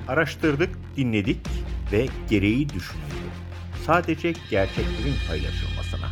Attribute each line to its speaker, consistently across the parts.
Speaker 1: Araştırdık, dinledik ve gereği düşünüldü. Sadece gerçeklerin paylaşılmasına.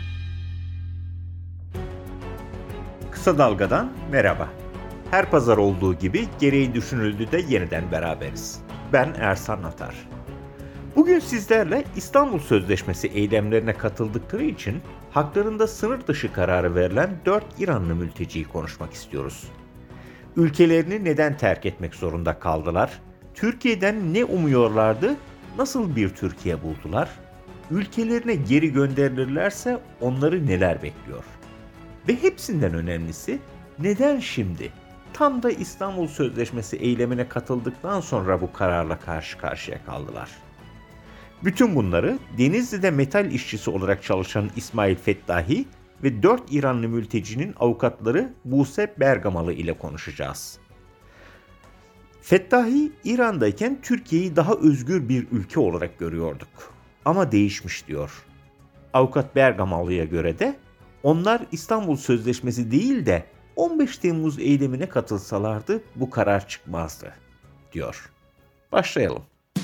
Speaker 1: Kısa Dalga'dan merhaba. Her pazar olduğu gibi gereği düşünüldü de yeniden beraberiz. Ben Ersan Atar. Bugün sizlerle İstanbul Sözleşmesi eylemlerine katıldıkları için haklarında sınır dışı kararı verilen 4 İranlı mülteciyi konuşmak istiyoruz. Ülkelerini neden terk etmek zorunda kaldılar? Türkiye'den ne umuyorlardı? Nasıl bir Türkiye buldular? Ülkelerine geri gönderilirlerse onları neler bekliyor? Ve hepsinden önemlisi, neden şimdi? Tam da İstanbul Sözleşmesi eylemine katıldıktan sonra bu kararla karşı karşıya kaldılar. Bütün bunları Denizli'de metal işçisi olarak çalışan İsmail Fettahi ve 4 İranlı mültecinin avukatları Buse Bergamalı ile konuşacağız. Fettahi, İran'dayken Türkiye'yi daha özgür bir ülke olarak görüyorduk. Ama değişmiş diyor. Avukat Bergamalı'ya göre de onlar İstanbul Sözleşmesi değil de 15 Temmuz eylemine katılsalardı bu karar çıkmazdı, diyor. Başlayalım.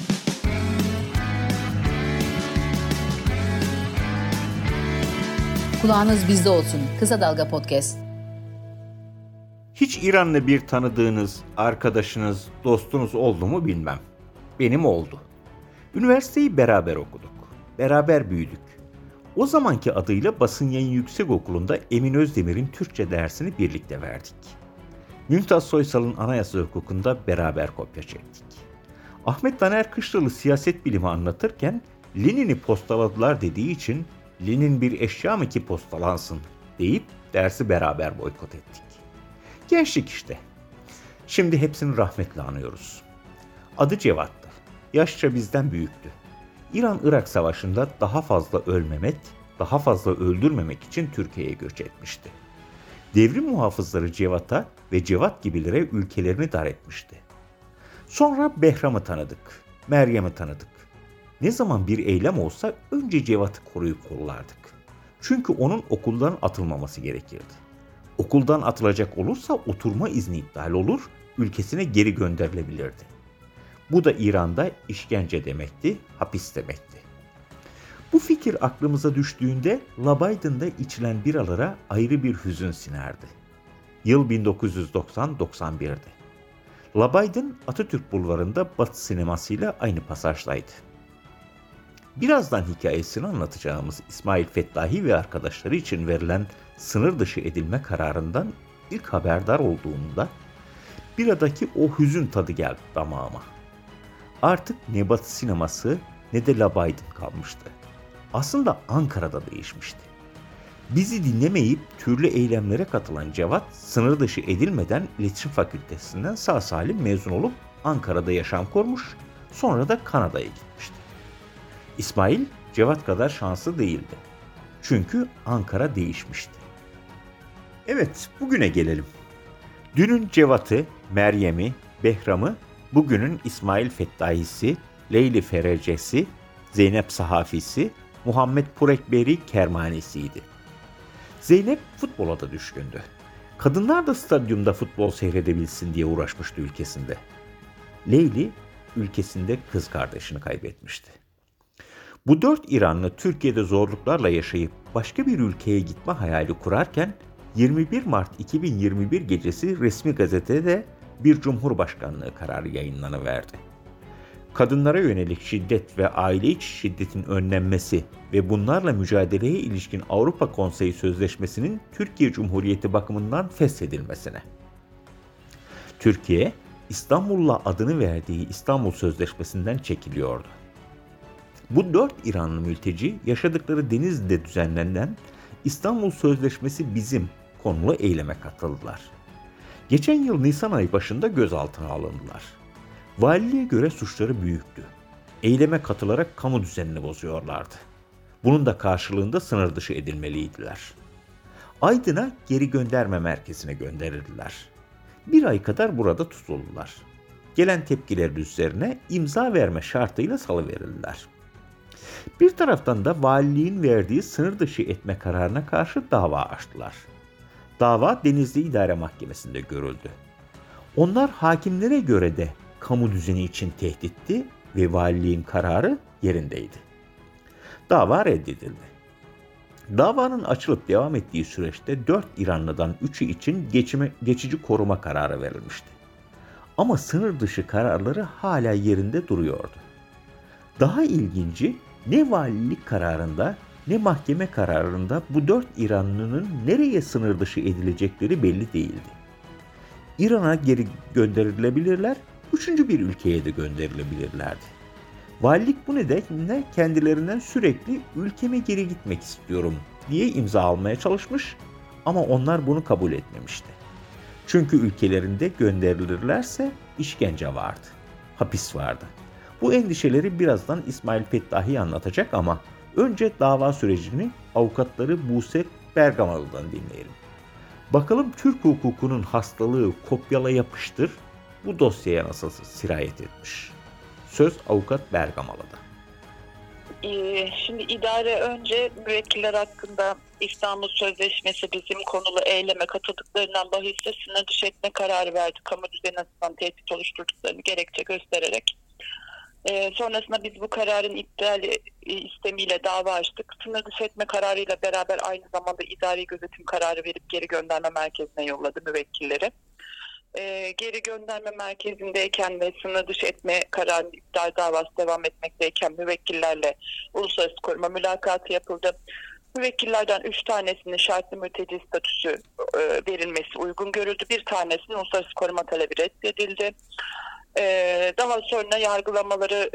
Speaker 2: Kulağınız bizde olsun. Kısa Dalga Podcast.
Speaker 1: Hiç İranlı bir tanıdığınız, arkadaşınız, dostunuz oldu mu bilmem. Benim oldu. Üniversiteyi beraber okuduk. Beraber büyüdük. O zamanki adıyla Basın Yayın Yüksekokulu'nda Emin Özdemir'in Türkçe dersini birlikte verdik. Mümtaz Soysal'ın anayasa hukukunda beraber kopya çektik. Ahmet Taner Kışlalı siyaset bilimi anlatırken Lenin'i postaladılar dediği için Lenin bir eşya mı ki postalansın deyip dersi beraber boykot ettik. Gençlik işte. Şimdi hepsini rahmetle anıyoruz. Adı Cevat'tı. Yaşça bizden büyüktü. İran-Irak Savaşı'nda daha fazla ölmemek, daha fazla öldürmemek için Türkiye'ye göç etmişti. Devrim muhafızları Cevat'a ve Cevat gibilere ülkelerini dar etmişti. Sonra Behram'ı tanıdık, Meryem'i tanıdık. Ne zaman bir eylem olsa önce Cevat'ı koruyup kollardık. Çünkü onun okuldan atılmaması gerekirdi. Okuldan atılacak olursa oturma izni iptal olur, ülkesine geri gönderilebilirdi. Bu da İran'da işkence demekti, hapis demekti. Bu fikir aklımıza düştüğünde Labaydın'da içilen biralara ayrı bir hüzün sinerdi. Yıl 1990-91'di. Labaydın Atatürk Bulvarı'nda Batı sinemasıyla aynı pasajdaydı. Birazdan hikayesini anlatacağımız İsmail Fettahi ve arkadaşları için verilen sınır dışı edilme kararından ilk haberdar olduğumda biradaki o hüzün tadı geldi damağıma. Artık ne Batı sineması ne de Labaydın kalmıştı. Aslında Ankara'da değişmişti. Bizi dinlemeyip türlü eylemlere katılan Cevat, sınır dışı edilmeden İletişim Fakültesinden sağ salim mezun olup Ankara'da yaşam kurmuş, sonra da Kanada'ya gitmişti. İsmail, Cevat kadar şanslı değildi. Çünkü Ankara değişmişti. Evet, bugüne gelelim. Dünün Cevat'ı, Meryem'i, Behram'ı, bugünün İsmail Fettahisi, Leyli Ferecesi, Zeynep Sahafisi, Muhammed Purekberi Kermanesi'ydi. Zeynep futbola da düşkündü. Kadınlar da stadyumda futbol seyredebilsin diye uğraşmıştı ülkesinde. Leyli, ülkesinde kız kardeşini kaybetmişti. Bu 4 İranlı Türkiye'de zorluklarla yaşayıp başka bir ülkeye gitme hayali kurarken 21 Mart 2021 gecesi resmi gazetede bir Cumhurbaşkanlığı kararı yayınlanıverdi. Kadınlara yönelik şiddet ve aile içi şiddetin önlenmesi ve bunlarla mücadeleye ilişkin Avrupa Konseyi Sözleşmesi'nin Türkiye Cumhuriyeti bakımından feshedilmesine. Türkiye, İstanbul'la adını verdiği İstanbul Sözleşmesi'nden çekiliyordu. Bu 4 İranlı mülteci yaşadıkları Denizli'de düzenlenen İstanbul Sözleşmesi bizim konulu eyleme katıldılar. Geçen yıl Nisan ayı başında gözaltına alındılar. Valiliğe göre suçları büyüktü. Eyleme katılarak kamu düzenini bozuyorlardı. Bunun da karşılığında sınır dışı edilmeliydiler. Aydın'a geri gönderme merkezine gönderildiler. Bir ay kadar burada tutuldular. Gelen tepkiler üzerine imza verme şartıyla salıverildiler. Bir taraftan da valiliğin verdiği sınır dışı etme kararına karşı dava açtılar. Dava Denizli İdare Mahkemesi'nde görüldü. Onlar hakimlere göre de kamu düzeni için tehditti ve valiliğin kararı yerindeydi. Dava reddedildi. Davanın açılıp devam ettiği süreçte 4 İranlı'dan 3'ü için geçici koruma kararı verilmişti. Ama sınır dışı kararları hala yerinde duruyordu. Daha ilginci, ne valilik kararında ne mahkeme kararında bu 4 İranlının nereye sınır dışı edilecekleri belli değildi. İran'a geri gönderilebilirler, 3. bir ülkeye de gönderilebilirlerdi. Valilik bu nedenle kendilerinden sürekli ülkeme geri gitmek istiyorum diye imza almaya çalışmış ama onlar bunu kabul etmemişti. Çünkü ülkelerinde gönderilirlerse işkence vardı, hapis vardı. Bu endişeleri birazdan İsmail Fettahi anlatacak ama önce dava sürecini avukatları Buse Bergamalı'dan dinleyelim. Bakalım Türk hukukunun hastalığı kopyala yapıştır bu dosyaya nasıl sirayet etmiş? Söz avukat Bergamalı'da.
Speaker 3: Şimdi idare önce müvekkiller hakkında İstanbul Sözleşmesi bizim konulu eyleme katıldıklarından bahisse sınır dışı etme kararı verdi. Kamu düzeni açısından tehdit oluşturduklarını gerekçe göstererek. Sonrasında biz bu kararın iptali istemiyle dava açtık. Sınır dışı etme kararıyla beraber aynı zamanda idari gözetim kararı verip geri gönderme merkezine yolladı müvekkilleri. Geri gönderme merkezindeyken ve sınır dışı etme kararının iptal davası devam etmekteyken müvekkillerle uluslararası koruma mülakatı yapıldı. Müvekkillerden 3 tanesinin şartlı mülteci statüsü verilmesi uygun görüldü. Bir tanesinin uluslararası koruma talebi reddedildi. Daha sonra yargılamaları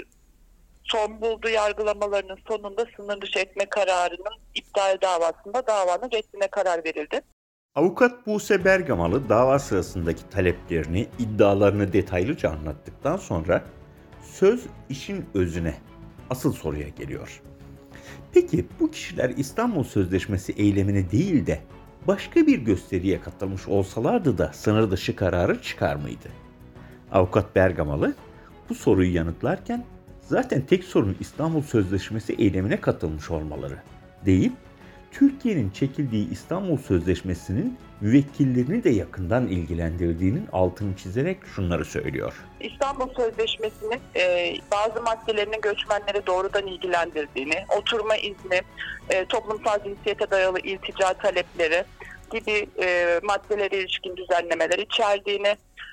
Speaker 3: son buldu. Yargılamalarının sonunda sınır dışı etme kararının iptal davasında davanın reddine karar verildi.
Speaker 1: Avukat Buse Bergamalı dava sırasındaki taleplerini, iddialarını detaylıca anlattıktan sonra söz işin özüne, asıl soruya geliyor. Peki bu kişiler İstanbul Sözleşmesi eylemine değil de başka bir gösteriye katılmış olsalardı da sınır dışı kararı çıkar mıydı? Avukat Bergamalı bu soruyu yanıtlarken zaten tek sorun İstanbul Sözleşmesi eylemine katılmış olmaları deyip Türkiye'nin çekildiği İstanbul Sözleşmesi'nin müvekkillerini de yakından ilgilendirdiğinin altını çizerek şunları söylüyor.
Speaker 3: İstanbul Sözleşmesi'nin bazı maddelerinin göçmenleri doğrudan ilgilendirdiğini, oturma izni, toplumsal cinsiyete dayalı iltica talepleri gibi maddelere ilişkin düzenlemeler içerdiğini,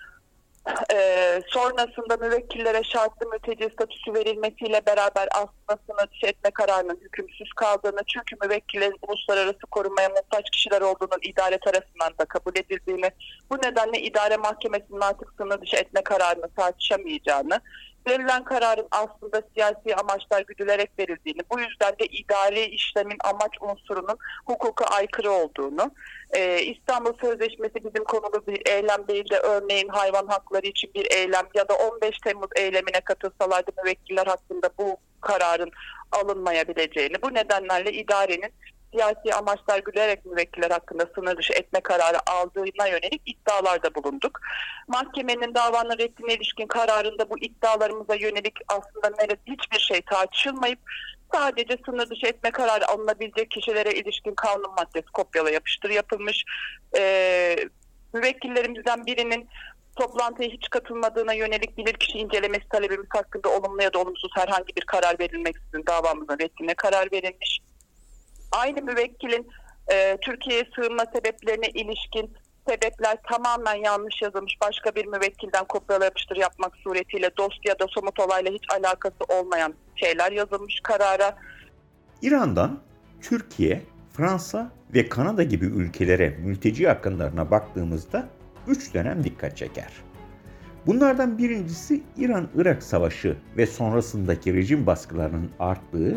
Speaker 3: sonrasında müvekkillere şartlı mülteci statüsü verilmesiyle beraber aslında sınır dışı etme kararının hükümsüz kaldığını, çünkü müvekkillerin uluslararası korumaya muhtaç kişiler olduğunun idare tarafından da kabul edildiğini, bu nedenle idare mahkemesinin artık sınır dışı etme kararını tartışamayacağını, verilen kararın aslında siyasi amaçlar güdülerek verildiğini, bu yüzden de idari işlemin amaç unsurunun hukuka aykırı olduğunu, İstanbul Sözleşmesi bizim konulu bir eylem değil de örneğin hayvan hakları için bir eylem ya da 15 Temmuz eylemine katılsalardı müvekkiller hakkında bu kararın alınmayabileceğini, bu nedenlerle idarenin siyasi amaçlar güderek müvekkiller hakkında sınır dışı etme kararı aldığına yönelik iddialarda bulunduk. Mahkemenin davanın reddine ilişkin kararında bu iddialarımıza yönelik aslında hiçbir şey tartışılmayıp sadece sınır dışı etme kararı alınabilecek kişilere ilişkin kanun maddesi kopyala yapıştır yapılmış. Müvekkillerimizden birinin toplantıya hiç katılmadığına yönelik bilirkişi incelemesi talebimiz hakkında olumlu ya da olumsuz herhangi bir karar verilmeksizin davamızın reddine karar verilmiş. Aynı müvekkilin Türkiye'ye sığınma sebeplerine ilişkin sebepler tamamen yanlış yazılmış, başka bir müvekkilden kopyala yapıştır yapmak suretiyle dost ya da somut olayla hiç alakası olmayan şeyler yazılmış karara.
Speaker 1: İran'dan Türkiye, Fransa ve Kanada gibi ülkelere mülteci akınlarına baktığımızda 3 dönem dikkat çeker. Bunlardan birincisi İran-Irak Savaşı ve sonrasındaki rejim baskılarının arttığı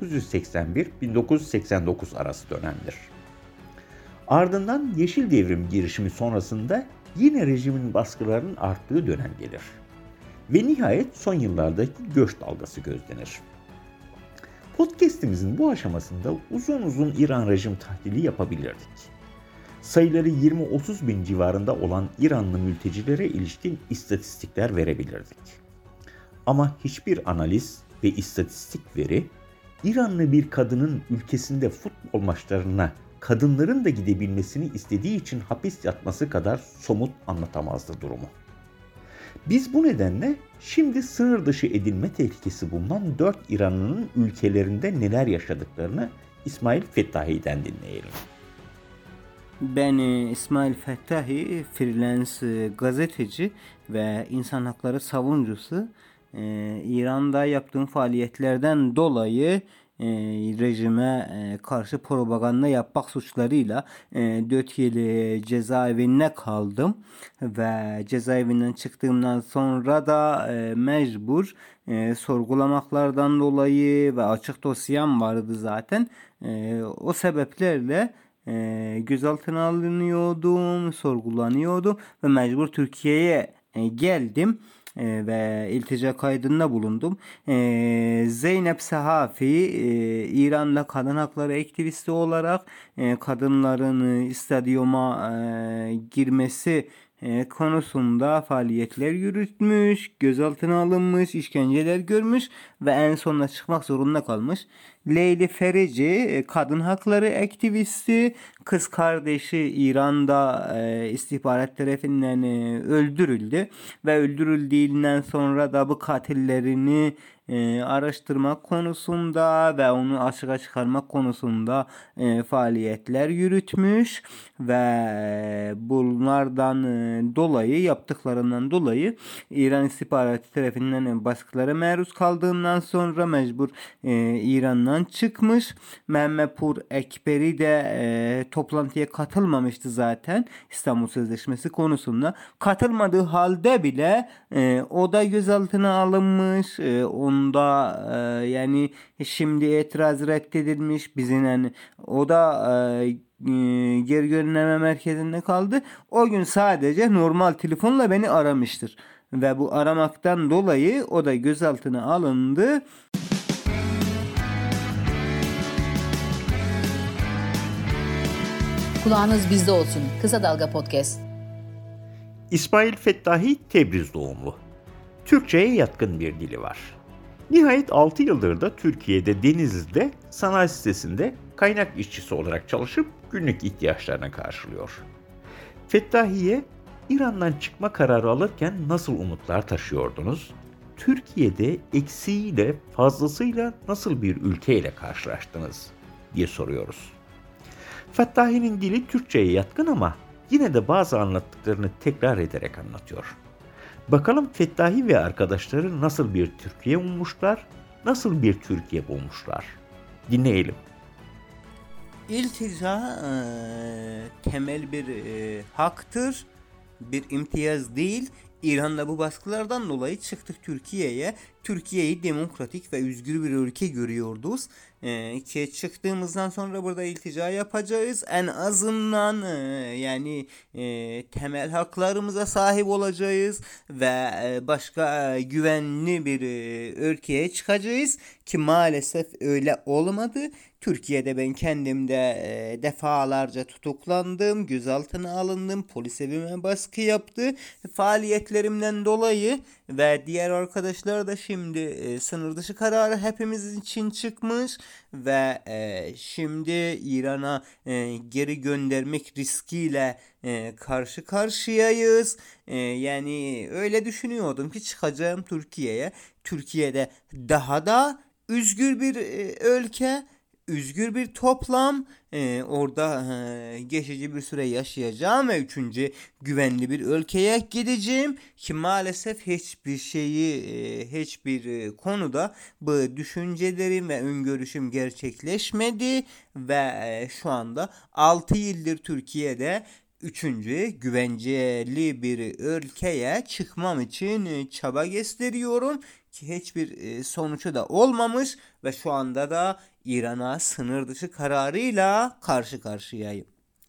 Speaker 1: 1981-1989 arası dönemdir. Ardından Yeşil Devrim girişimi sonrasında yine rejimin baskılarının arttığı dönem gelir. Ve nihayet son yıllardaki göç dalgası gözlenir. Podcast'imizin bu aşamasında uzun uzun İran rejim tahlili yapabilirdik. Sayıları 20-30 bin civarında olan İranlı mültecilere ilişkin istatistikler verebilirdik. Ama hiçbir analiz ve istatistik veri, İranlı bir kadının ülkesinde futbol maçlarına kadınların da gidebilmesini istediği için hapis yatması kadar somut anlatamazdı durumu. Biz bu nedenle şimdi sınır dışı edilme tehlikesi bulunan 4 İranlı'nın ülkelerinde neler yaşadıklarını İsmail Fettahi'den dinleyelim.
Speaker 4: Ben İsmail Fettahi, freelance gazeteci ve insan hakları savunucusu. İran'da yaptığım faaliyetlerden dolayı rejime karşı propaganda yapmak suçlarıyla 4 yıl cezaevine kaldım ve cezaevinden çıktığımdan sonra da mecbur sorgulamaklardan dolayı ve açık dosyam vardı zaten. O sebeplerle gözaltına alınıyordum, sorgulanıyordum ve mecbur Türkiye'ye geldim ve iltica kaydında bulundum. Zeynep Sahafi, İran'da kadın hakları aktivisti olarak kadınların stadyuma girmesi konusunda faaliyetler yürütmüş, gözaltına alınmış, işkenceler görmüş ve en sonunda çıkmak zorunda kalmış. Leyli Ferici, kadın hakları aktivisti, kız kardeşi İran'da istihbarat tarafından öldürüldü ve öldürüldüğünden sonra da bu katillerini araştırmak konusunda ve onu açığa çıkarmak konusunda faaliyetler yürütmüş ve bunlardan dolayı, yaptıklarından dolayı İran istihbaratı tarafından baskılara maruz kaldığından sonra mecbur İran'dan çıkmış. Mehmetpur Ekberi de toplantıya katılmamıştı zaten İstanbul Sözleşmesi konusunda. Katılmadığı halde bile o da gözaltına alınmış. Onda yani şimdi itiraz reddedilmiş. Bizim yani o da geri gönderme merkezinde kaldı. O gün sadece normal telefonla beni aramıştır. Ve bu aramaktan dolayı o da gözaltına alındı.
Speaker 2: Kulağınız bizde olsun. Kısa Dalga Podcast.
Speaker 1: İsmail Fettahi Tebriz doğumlu. Türkçe'ye yatkın bir dili var. Nihayet 6 yıldır da Türkiye'de Denizli'de sanayi sitesinde kaynak işçisi olarak çalışıp günlük ihtiyaçlarını karşılıyor. Fettahi'ye İran'dan çıkma kararı alırken nasıl umutlar taşıyordunuz? Türkiye'de eksiğiyle fazlasıyla nasıl bir ülkeyle karşılaştınız diye soruyoruz. Fettahi'nin dili Türkçe'ye yatkın ama yine de bazı anlattıklarını tekrar ederek anlatıyor. Bakalım Fettahi ve arkadaşları nasıl bir Türkiye ummuşlar, nasıl bir Türkiye bulmuşlar? Dinleyelim.
Speaker 4: İltica temel bir haktır, bir imtiyaz değil. İran'da bu baskılardan dolayı çıktık Türkiye'ye. Türkiye'yi demokratik ve özgür bir ülke görüyorduk. Ki çıktığımızdan sonra burada iltica yapacağız. En azından yani temel haklarımıza sahip olacağız ve başka güvenli bir ülkeye çıkacağız ki maalesef öyle olmadı. Türkiye'de ben kendimde defalarca tutuklandım, gözaltına alındım, polis evime baskı yaptı. Faaliyetlerimden dolayı ve diğer arkadaşlar da şimdi sınır dışı kararı hepimiz için çıkmış ve şimdi İran'a geri göndermek riskiyle karşı karşıyayız. Yani öyle düşünüyordum ki çıkacağım Türkiye'ye. Türkiye'de daha da özgür bir ülke, özgür bir toplam, orada geçici bir süre yaşayacağım ve 3. güvenli bir ülkeye gideceğim ki maalesef hiçbir şeyi, hiçbir konuda bu düşüncelerim ve öngörüşüm gerçekleşmedi ve şu anda 6 yıldır Türkiye'de 3. güvenceli bir ülkeye çıkmam için çaba gösteriyorum ki hiçbir sonucu da olmamış ve şu anda da İran'a sınır dışı kararıyla karşı karşıyayım.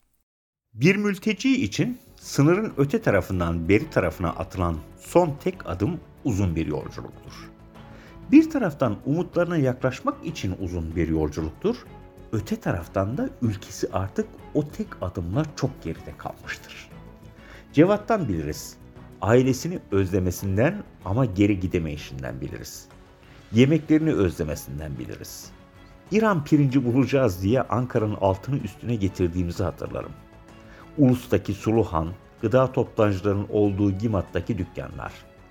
Speaker 1: Bir mülteci için sınırın öte tarafından beri tarafına atılan son tek adım uzun bir yolculuktur. Bir taraftan umutlarına yaklaşmak için uzun bir yolculuktur, öte taraftan da ülkesi artık o tek adımla çok geride kalmıştır. Cevat'tan biliriz. Ailesini özlemesinden ama geri gidemeyişinden biliriz. Yemeklerini özlemesinden biliriz. İran pirinci bulacağız diye Ankara'nın altını üstüne getirdiğimizi hatırlarım. Ulus'taki Suluhan, gıda toptancılarının olduğu Gimat'taki dükkanlar.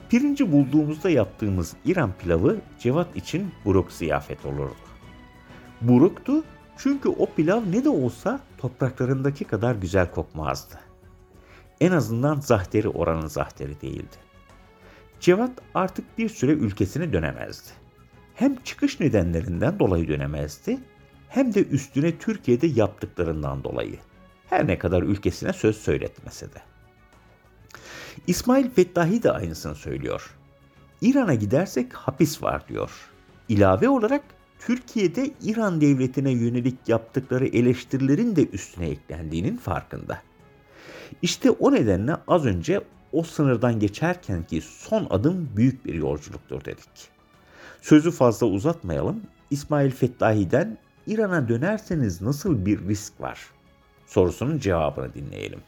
Speaker 1: Pirinci bulduğumuzda yaptığımız İran pilavı Cevat için buruk ziyafet olurdu. Buruktu çünkü o pilav ne de olsa topraklarındaki kadar güzel kokmazdı. En azından zahteri oranın zahteri değildi. Cevat artık bir süre ülkesine dönemezdi. Hem çıkış nedenlerinden dolayı dönemezdi, hem de üstüne Türkiye'de yaptıklarından dolayı. Her ne kadar ülkesine söz söyletmese de. İsmail Fettahi de aynısını söylüyor. İran'a gidersek hapis var diyor. İlave olarak Türkiye'de İran devletine yönelik yaptıkları eleştirilerin de üstüne eklendiğinin farkında. İşte o nedenle az önce o sınırdan geçerkenki son adım büyük bir yolculuktur dedik. Sözü fazla uzatmayalım. İsmail Fettahi'den İran'a dönerseniz nasıl bir risk var sorusunun cevabını dinleyelim.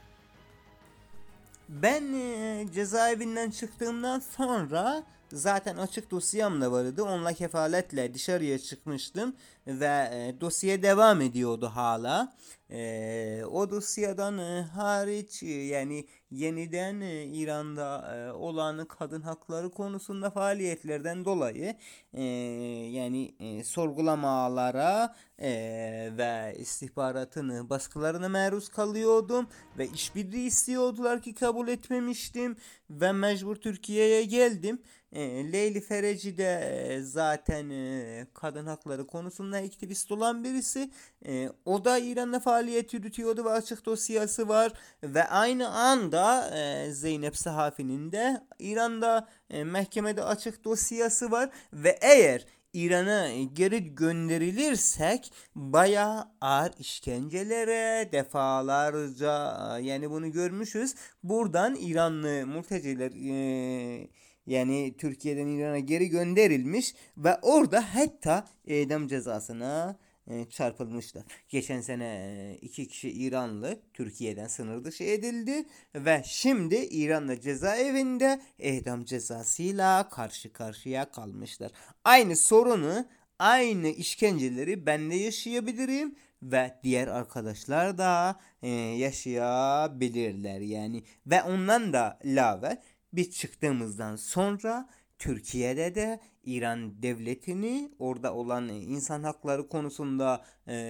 Speaker 4: Ben cezaevinden çıktığımdan sonra zaten açık dosyam da vardı. Onunla kefaletle dışarıya çıkmıştım ve dosya devam ediyordu hala. O dosyadan hariç yani yeniden İran'da olan kadın hakları konusunda faaliyetlerden dolayı yani sorgulamalara ve istihbaratın baskılarına maruz kalıyordum ve işbirliği istiyordular ki kabul etmemiştim ve mecbur Türkiye'ye geldim. Leyli Fereci de zaten kadın hakları konusunda aktivist olan birisi. O da İran'da faaliyet yürütüyordu ve açık dosyası var. Ve aynı anda Zeynep Sahafi'nin de İran'da mahkemede açık dosyası var. Ve eğer İran'a geri gönderilirsek bayağı ağır işkencelere defalarca yani bunu görmüşüz. Buradan İranlı mülteciler yani Türkiye'den İran'a geri gönderilmiş ve orada hatta idam cezasına çarpılmışlar. Geçen sene 2 kişi İranlı Türkiye'den sınır dışı edildi ve şimdi İran'da cezaevinde idam cezasıyla karşı karşıya kalmışlar. Aynı sorunu, aynı işkenceleri ben de yaşayabilirim ve diğer arkadaşlar da yaşayabilirler yani. Ve ondan da ilave biz çıktığımızdan sonra Türkiye'de de İran devletini orada olan insan hakları konusunda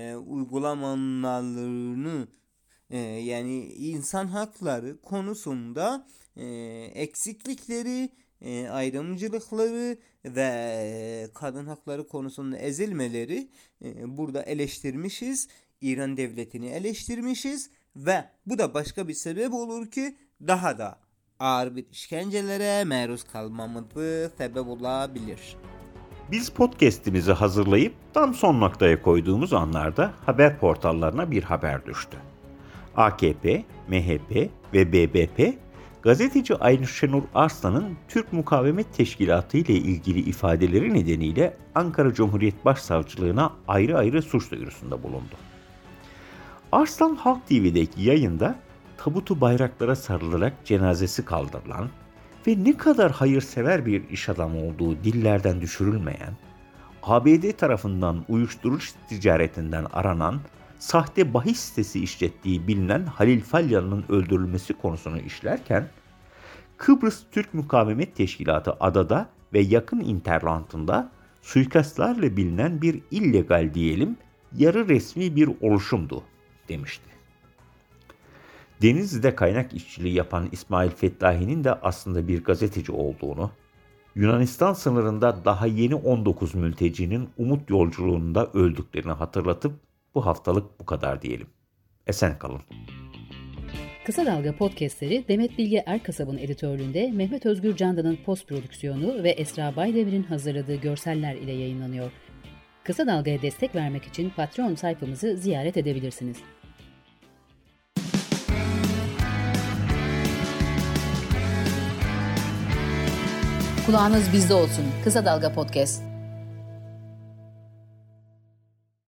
Speaker 4: uygulamalarını yani insan hakları konusunda eksiklikleri, ayrımcılıkları ve kadın hakları konusunda ezilmeleri burada eleştirmişiz. İran devletini eleştirmişiz ve bu da başka bir sebep olur ki daha da ağır bir işkencelere maruz kalmamızı sebep olabilir.
Speaker 1: Biz podcast'imizi hazırlayıp tam son noktaya koyduğumuz anlarda haber portallarına bir haber düştü. AKP, MHP ve BBP, gazeteci Aynurşenur Arslan'ın Türk Mukavemet Teşkilatı ile ilgili ifadeleri nedeniyle Ankara Cumhuriyet Başsavcılığına ayrı ayrı suç duyurusunda bulundu. Arslan Halk TV'deki yayında tabutu bayraklara sarılarak cenazesi kaldırılan ve ne kadar hayırsever bir iş adamı olduğu dillerden düşürülmeyen, ABD tarafından uyuşturucu ticaretinden aranan, sahte bahis sitesi işlettiği bilinen Halil Falyan'ın öldürülmesi konusunu işlerken, Kıbrıs Türk Mukavemet Teşkilatı adada ve yakın interlandında suikastlarla bilinen bir illegal diyelim, yarı resmi bir oluşumdu demişti. Denizli'de kaynak işçiliği yapan İsmail Fettahi'nin de aslında bir gazeteci olduğunu, Yunanistan sınırında daha yeni 19 mültecinin umut yolculuğunda öldüklerini hatırlatıp bu haftalık bu kadar diyelim. Esen kalın.
Speaker 2: Kısa Dalga podcastleri Demet Bilge Erkasab'ın editörlüğünde Mehmet Özgür Candan'ın post prodüksiyonu ve Esra Baydemir'in hazırladığı görseller ile yayınlanıyor. Kısa Dalga'ya destek vermek için Patreon sayfamızı ziyaret edebilirsiniz. Kulağınız bizde olsun. Kısa Dalga Podcast.